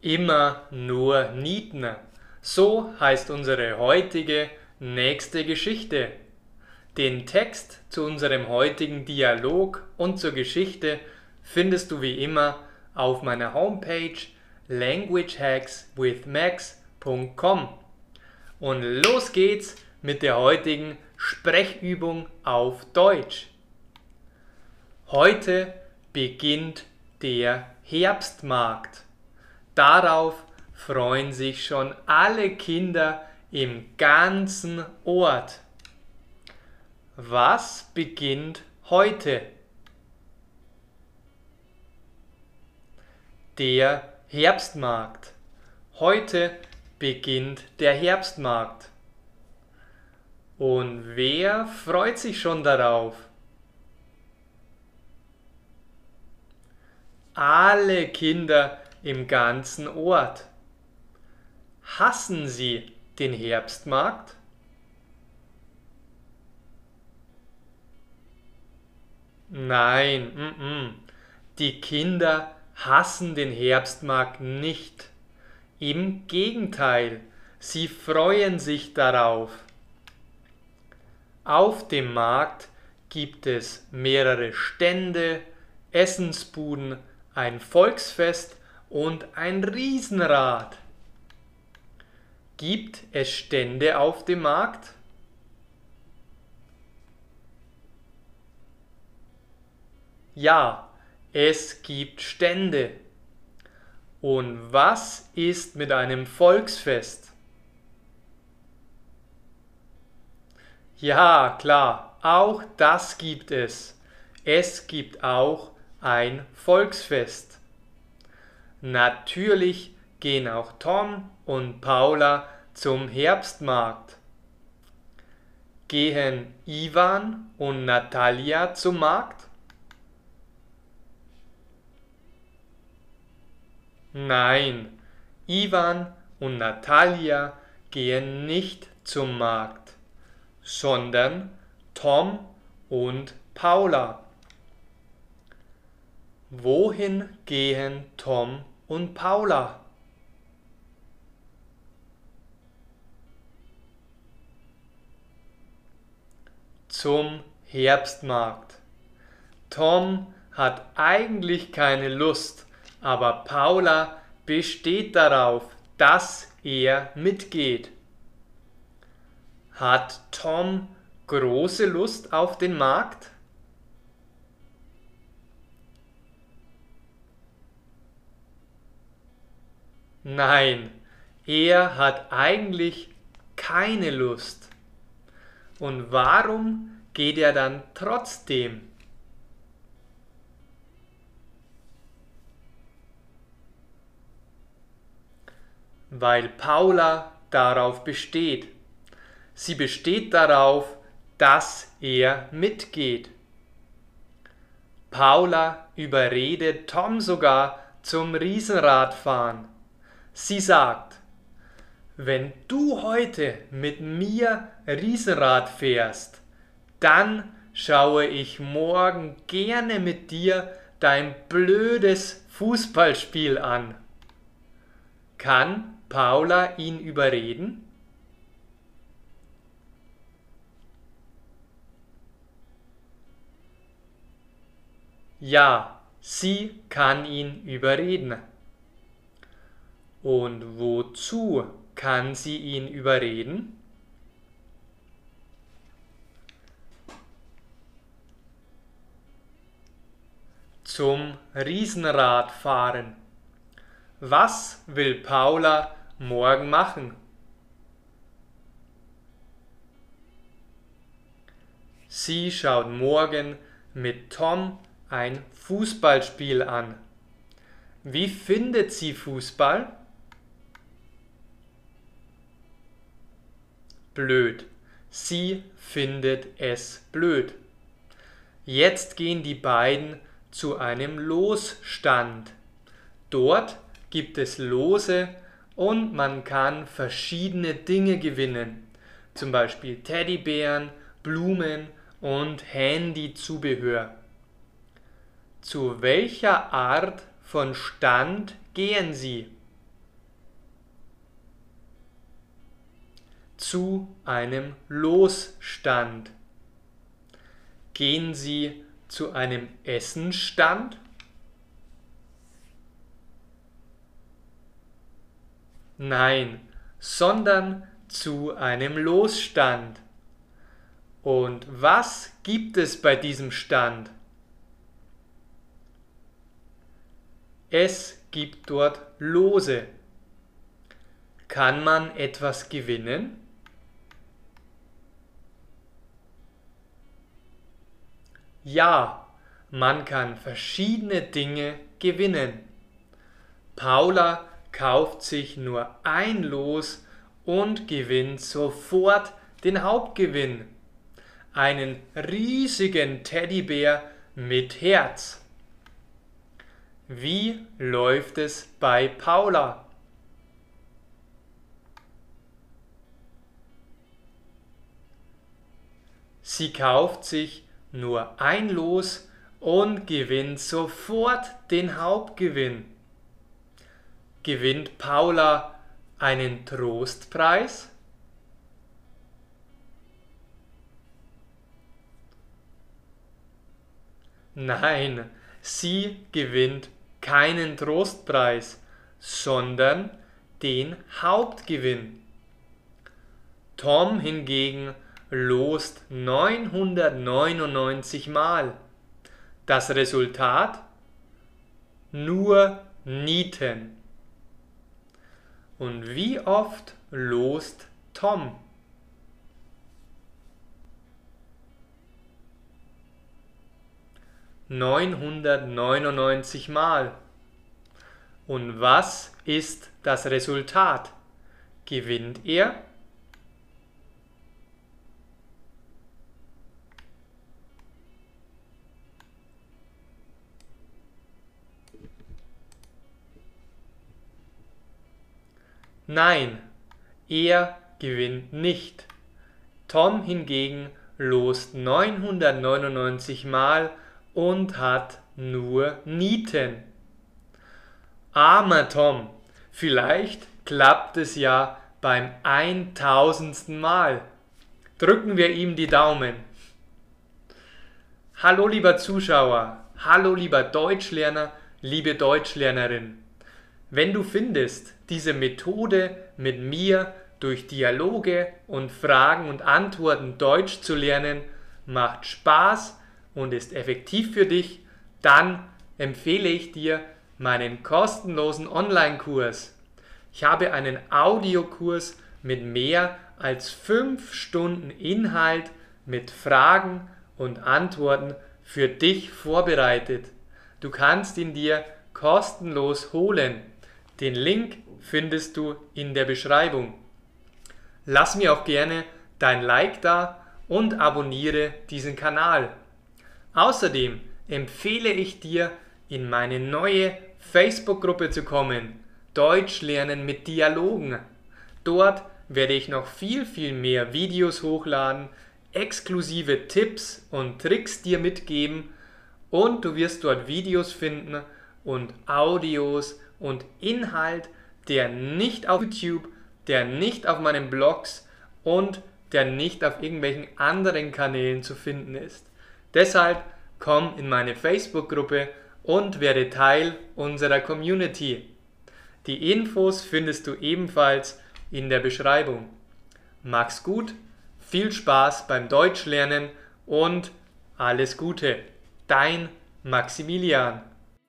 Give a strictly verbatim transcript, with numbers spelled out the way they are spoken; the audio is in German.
Immer nur Nieten. So heißt unsere heutige nächste Geschichte. Den Text zu unserem heutigen Dialog und zur Geschichte findest du wie immer auf meiner Homepage language hacks with max punkt com. Und los geht's mit der heutigen Sprechübung auf Deutsch. Heute beginnt der Herbstmarkt. Darauf freuen sich schon alle Kinder im ganzen Ort. Was beginnt heute? Der Herbstmarkt. Heute beginnt der Herbstmarkt. Und wer freut sich schon darauf? Alle Kinder im ganzen Ort. Hassen Sie den Herbstmarkt? Nein, mm-mm. Die Kinder hassen den Herbstmarkt nicht. Im Gegenteil, sie freuen sich darauf. Auf dem Markt gibt es mehrere Stände, Essensbuden, ein Volksfest und ein Riesenrad. Gibt es Stände auf dem Markt? Ja, es gibt Stände. Und was ist mit einem Volksfest? Ja, klar, auch das gibt es. Es gibt auch ein Volksfest. Natürlich gehen auch Tom und Paula zum Herbstmarkt. Gehen Ivan und Natalia zum Markt? Nein, Ivan und Natalia gehen nicht zum Markt, sondern Tom und Paula. Wohin gehen Tom und Paula? Zum Herbstmarkt. Tom hat eigentlich keine Lust, aber Paula besteht darauf, dass er mitgeht. Hat Tom große Lust auf den Markt? Nein, er hat eigentlich keine Lust. Und warum geht er dann trotzdem? Weil Paula darauf besteht. Sie besteht darauf, dass er mitgeht. Paula überredet Tom sogar zum Riesenradfahren. Sie sagt, wenn du heute mit mir Riesenrad fährst, dann schaue ich morgen gerne mit dir dein blödes Fußballspiel an. Kann Paula ihn überreden? Ja, sie kann ihn überreden. Und wozu kann sie ihn überreden? Zum Riesenradfahren. Was will Paula morgen machen? Sie schaut morgen mit Tom ein Fußballspiel an. Wie findet sie Fußball? Blöd. Sie findet es blöd. Jetzt gehen die beiden zu einem Losstand. Dort gibt es Lose und man kann verschiedene Dinge gewinnen. Zum Beispiel Teddybären, Blumen und Handyzubehör. Zu welcher Art von Stand gehen Sie? zu einem Losstand? Gehen Sie zu einem Essenstand? Nein, sondern zu einem Losstand. Und was gibt es bei diesem Stand? Es gibt dort Lose. Kann man etwas gewinnen? Ja, man kann verschiedene Dinge gewinnen. Paula kauft sich nur ein Los und gewinnt sofort den Hauptgewinn. Einen riesigen Teddybär mit Herz. Wie läuft es bei Paula? Sie kauft sich nur ein Los und gewinnt sofort den Hauptgewinn. Gewinnt Paula einen Trostpreis? Nein, sie gewinnt keinen Trostpreis, sondern den Hauptgewinn. Tom hingegen lost neunhundertneunundneunzig Mal. Das Resultat? Nur Nieten. Und wie oft lost Tom? neunhundertneunundneunzig Mal. Und was ist das Resultat? Gewinnt er? Nein, er gewinnt nicht. Tom hingegen lost neunhundertneunundneunzig Mal und hat nur Nieten. Armer Tom, vielleicht klappt es ja beim eintausendsten Mal. Drücken wir ihm die Daumen. Hallo lieber Zuschauer, hallo lieber Deutschlerner, liebe Deutschlernerin. Wenn du findest, diese Methode mit mir durch Dialoge und Fragen und Antworten Deutsch zu lernen, macht Spaß und ist effektiv für dich, dann empfehle ich dir meinen kostenlosen Online-Kurs. Ich habe einen Audiokurs mit mehr als fünf Stunden Inhalt mit Fragen und Antworten für dich vorbereitet. Du kannst ihn dir kostenlos holen. Den Link findest du in der Beschreibung. Lass mir auch gerne dein Like da und abonniere diesen Kanal. Außerdem empfehle ich dir, in meine neue Facebook-Gruppe zu kommen, Deutsch lernen mit Dialogen. Dort werde ich noch viel, viel mehr Videos hochladen, exklusive Tipps und Tricks dir mitgeben und du wirst dort Videos finden und Audios und Inhalt, der nicht auf YouTube, der nicht auf meinen Blogs und der nicht auf irgendwelchen anderen Kanälen zu finden ist. Deshalb komm in meine Facebook-Gruppe und werde Teil unserer Community. Die Infos findest du ebenfalls in der Beschreibung. Mach's gut, viel Spaß beim Deutschlernen und alles Gute. Dein Maximilian.